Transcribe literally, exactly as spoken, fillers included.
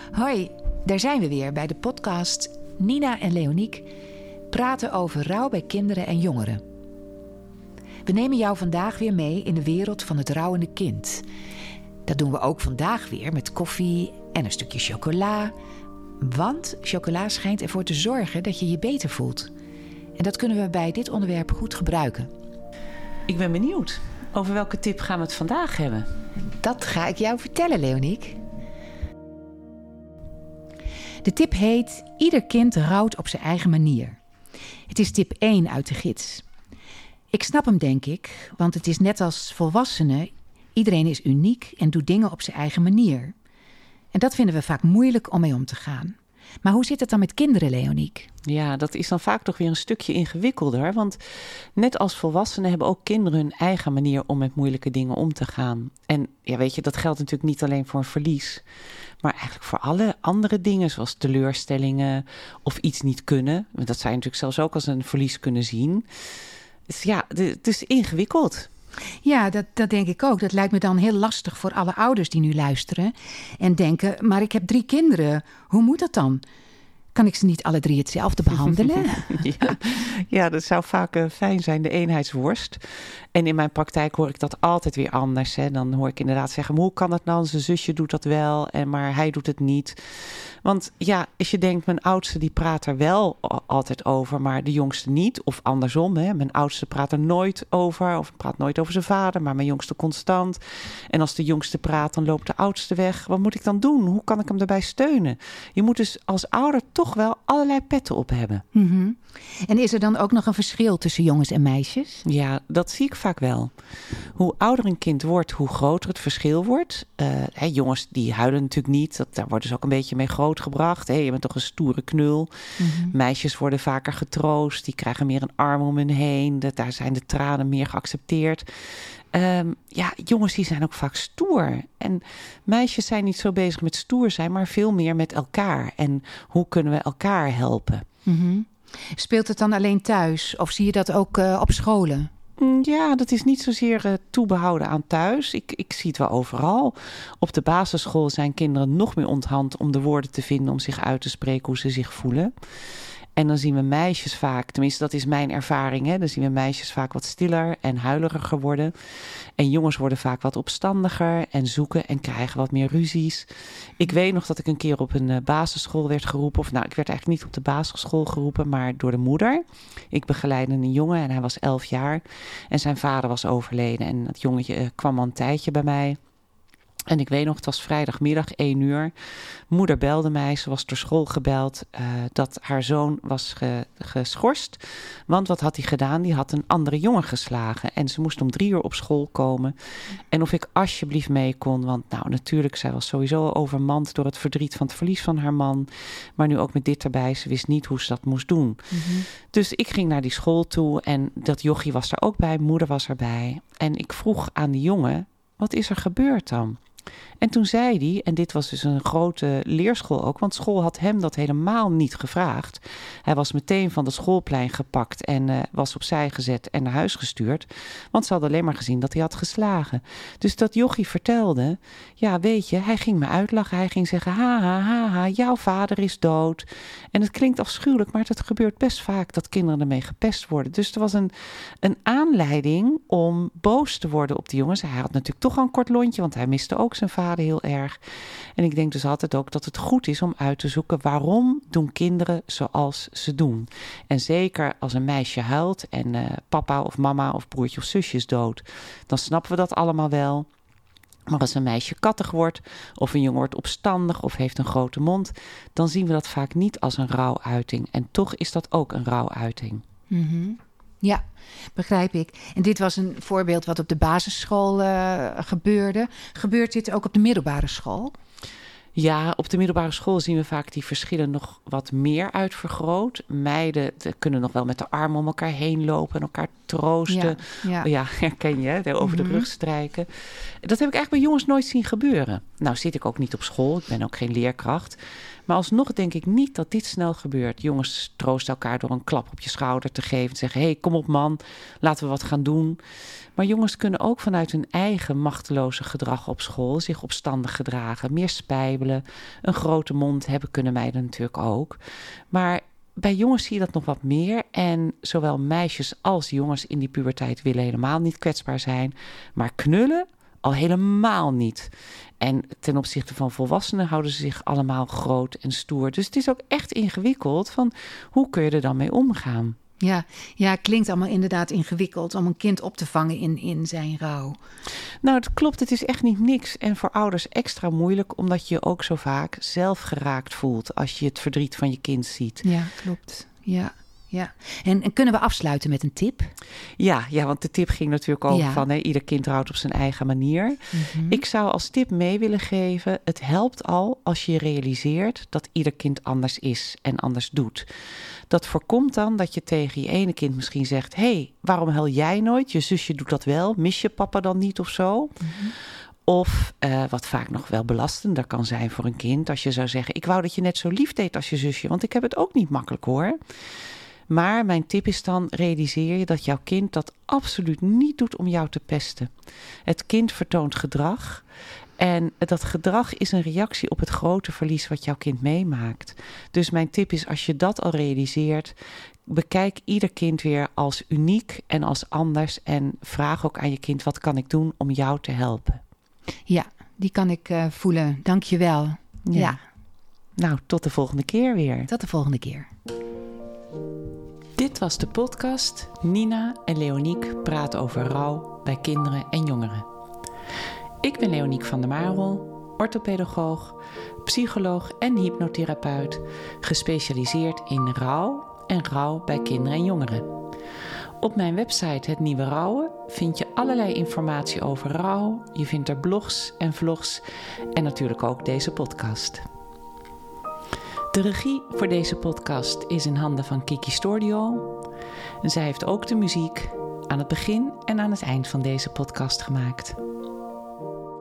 Hoi, daar zijn we weer bij de podcast Nina en Leoniek praten over rouw bij kinderen en jongeren. We nemen jou vandaag weer mee in de wereld van het rouwende kind. Dat doen we ook vandaag weer met koffie en een stukje chocola. Want chocola schijnt ervoor te zorgen dat je je beter voelt. En dat kunnen we bij dit onderwerp goed gebruiken. Ik ben benieuwd. Over welke tip gaan we het vandaag hebben? Dat ga ik jou vertellen, Leoniek. De tip heet Ieder kind rouwt op zijn eigen manier. Het is tip één uit de gids. Ik snap hem, denk ik, want het is net als volwassenen. Iedereen is uniek en doet dingen op zijn eigen manier. En dat vinden we vaak moeilijk om mee om te gaan. Maar hoe zit het dan met kinderen, Leoniek? Ja, dat is dan vaak toch weer een stukje ingewikkelder. Want net als volwassenen hebben ook kinderen hun eigen manier om met moeilijke dingen om te gaan. En ja, weet je, dat geldt natuurlijk niet alleen voor een verlies. Maar eigenlijk voor alle andere dingen, zoals teleurstellingen of iets niet kunnen. Dat zou je natuurlijk zelfs ook als een verlies kunnen zien. Dus ja, het is ingewikkeld. Ja, dat, dat denk ik ook. Dat lijkt me dan heel lastig voor alle ouders die nu luisteren. En denken, maar ik heb drie kinderen. Hoe moet dat dan? Kan ik ze niet alle drie hetzelfde behandelen? ja, ja, dat zou vaak uh, fijn zijn, de eenheidsworst. En in mijn praktijk hoor ik dat altijd weer anders. Hè. Dan hoor ik inderdaad zeggen, hoe kan dat nou? Zijn zusje doet dat wel, en maar hij doet het niet. Want ja, als je denkt, mijn oudste die praat er wel altijd over, maar de jongste niet. Of andersom, hè. Mijn oudste praat er nooit over, of praat nooit over zijn vader, maar mijn jongste constant. En als de jongste praat, dan loopt de oudste weg. Wat moet ik dan doen? Hoe kan ik hem daarbij steunen? Je moet dus als ouder toch wel allerlei petten op hebben. Mm-hmm. En is er dan ook nog een verschil tussen jongens en meisjes? Ja, dat zie ik vaak wel. Hoe ouder een kind wordt, hoe groter het verschil wordt. Uh, hè, jongens die huilen natuurlijk niet. Dat, daar worden ze ook een beetje mee grootgebracht. Hè, je bent toch een stoere knul. Mm-hmm. Meisjes worden vaker getroost. Die krijgen meer een arm om hun heen. Dat, daar zijn de tranen meer geaccepteerd. Um, ja, jongens die zijn ook vaak stoer. En meisjes zijn niet zo bezig met stoer zijn, maar veel meer met elkaar. En hoe kunnen we elkaar helpen? Mm-hmm. Speelt het dan alleen thuis? Of zie je dat ook uh, op scholen? Ja, dat is niet zozeer uh, toebehouden aan thuis. Ik, ik zie het wel overal. Op de basisschool zijn kinderen nog meer onthand om de woorden te vinden, om zich uit te spreken hoe ze zich voelen. En dan zien we meisjes vaak, tenminste dat is mijn ervaring, hè, dan zien we meisjes vaak wat stiller en huileriger worden. En jongens worden vaak wat opstandiger en zoeken en krijgen wat meer ruzies. Ik weet nog dat ik een keer op een uh, basisschool werd geroepen. Of nou, ik werd eigenlijk niet op de basisschool geroepen, maar door de moeder. Ik begeleidde een jongen en hij was elf jaar. En zijn vader was overleden. En dat jongetje uh, kwam al een tijdje bij mij. En ik weet nog, het was vrijdagmiddag, één uur. Moeder belde mij, ze was door school gebeld, uh, dat haar zoon was ge, geschorst. Want wat had hij gedaan? Die had een andere jongen geslagen. En ze moest om drie uur op school komen. En of ik alsjeblieft mee kon. Want nou, natuurlijk, zij was sowieso overmand door het verdriet van het verlies van haar man. Maar nu ook met dit erbij, ze wist niet hoe ze dat moest doen. Mm-hmm. Dus ik ging naar die school toe en dat jochie was er ook bij, moeder was erbij. En ik vroeg aan die jongen, wat is er gebeurd dan? En toen zei hij, en dit was dus een grote leerschool ook, want school had hem dat helemaal niet gevraagd. Hij was meteen van de schoolplein gepakt en uh, was opzij gezet en naar huis gestuurd. Want ze hadden alleen maar gezien dat hij had geslagen. Dus dat jochie vertelde, ja weet je, hij ging me uitlachen. Hij ging zeggen, ha ha ha ha, jouw vader is dood. En het klinkt afschuwelijk, maar het gebeurt best vaak dat kinderen ermee gepest worden. Dus er was een, een aanleiding om boos te worden op die jongens. Hij had natuurlijk toch al een kort lontje, want hij miste ook zijn vader heel erg. En ik denk dus altijd ook dat het goed is om uit te zoeken, waarom doen kinderen zoals ze doen. En zeker als een meisje huilt en uh, papa of mama of broertje of zusje is dood, dan snappen we dat allemaal wel. Maar als een meisje kattig wordt of een jongen wordt opstandig of heeft een grote mond, dan zien we dat vaak niet als een rouwuiting. En toch is dat ook een rouwuiting. Mm-hmm. Ja, begrijp ik. En dit was een voorbeeld wat op de basisschool uh, gebeurde. Gebeurt dit ook op de middelbare school? Ja, op de middelbare school zien we vaak die verschillen nog wat meer uitvergroot. Meiden kunnen nog wel met de armen om elkaar heen lopen en elkaar troosten. Ja, ja. ja herken je, hè? Over mm-hmm. de rug strijken. Dat heb ik eigenlijk bij jongens nooit zien gebeuren. Nou zit ik ook niet op school, ik ben ook geen leerkracht. Maar alsnog denk ik niet dat dit snel gebeurt. Jongens troosten elkaar door een klap op je schouder te geven. En zeggen, hé, hey, kom op man, laten we wat gaan doen. Maar jongens kunnen ook vanuit hun eigen machteloze gedrag op school zich opstandig gedragen. Meer spijbelen, een grote mond hebben kunnen meiden natuurlijk ook. Maar bij jongens zie je dat nog wat meer. En zowel meisjes als jongens in die puberteit willen helemaal niet kwetsbaar zijn. Maar knullen al helemaal niet. En ten opzichte van volwassenen houden ze zich allemaal groot en stoer. Dus het is ook echt ingewikkeld van hoe kun je er dan mee omgaan? Ja, ja, klinkt allemaal inderdaad ingewikkeld om een kind op te vangen in, in zijn rouw. Nou, het klopt, het is echt niet niks. En voor ouders extra moeilijk, omdat je je ook zo vaak zelf geraakt voelt als je het verdriet van je kind ziet. Ja, klopt. Ja. Ja, en, en kunnen we afsluiten met een tip? Ja, ja, want de tip ging natuurlijk over ja. van hè, ieder kind rouwt op zijn eigen manier. Mm-hmm. Ik zou als tip mee willen geven, het helpt al als je realiseert dat ieder kind anders is en anders doet. Dat voorkomt dan dat je tegen je ene kind misschien zegt, hé, hey, waarom huil jij nooit? Je zusje doet dat wel, mis je papa dan niet of zo? Mm-hmm. Of uh, wat vaak nog wel belastender kan zijn voor een kind, als je zou zeggen, ik wou dat je net zo lief deed als je zusje, want ik heb het ook niet makkelijk hoor. Maar mijn tip is dan, realiseer je dat jouw kind dat absoluut niet doet om jou te pesten. Het kind vertoont gedrag en dat gedrag is een reactie op het grote verlies wat jouw kind meemaakt. Dus mijn tip is, als je dat al realiseert, bekijk ieder kind weer als uniek en als anders en vraag ook aan je kind, wat kan ik doen om jou te helpen? Ja, die kan ik uh, voelen. Dank je wel. Ja. ja. Nou, tot de volgende keer weer. Tot de volgende keer. Dit was de podcast Nina en Leonieke praten over rouw bij kinderen en jongeren. Ik ben Leonieke van der Marel, orthopedagoog, psycholoog en hypnotherapeut, gespecialiseerd in rouw en rouw bij kinderen en jongeren. Op mijn website Het Nieuwe Rouwen vind je allerlei informatie over rouw. Je vindt er blogs en vlogs en natuurlijk ook deze podcast. De regie voor deze podcast is in handen van Kiki Stordio. En zij heeft ook de muziek aan het begin en aan het eind van deze podcast gemaakt.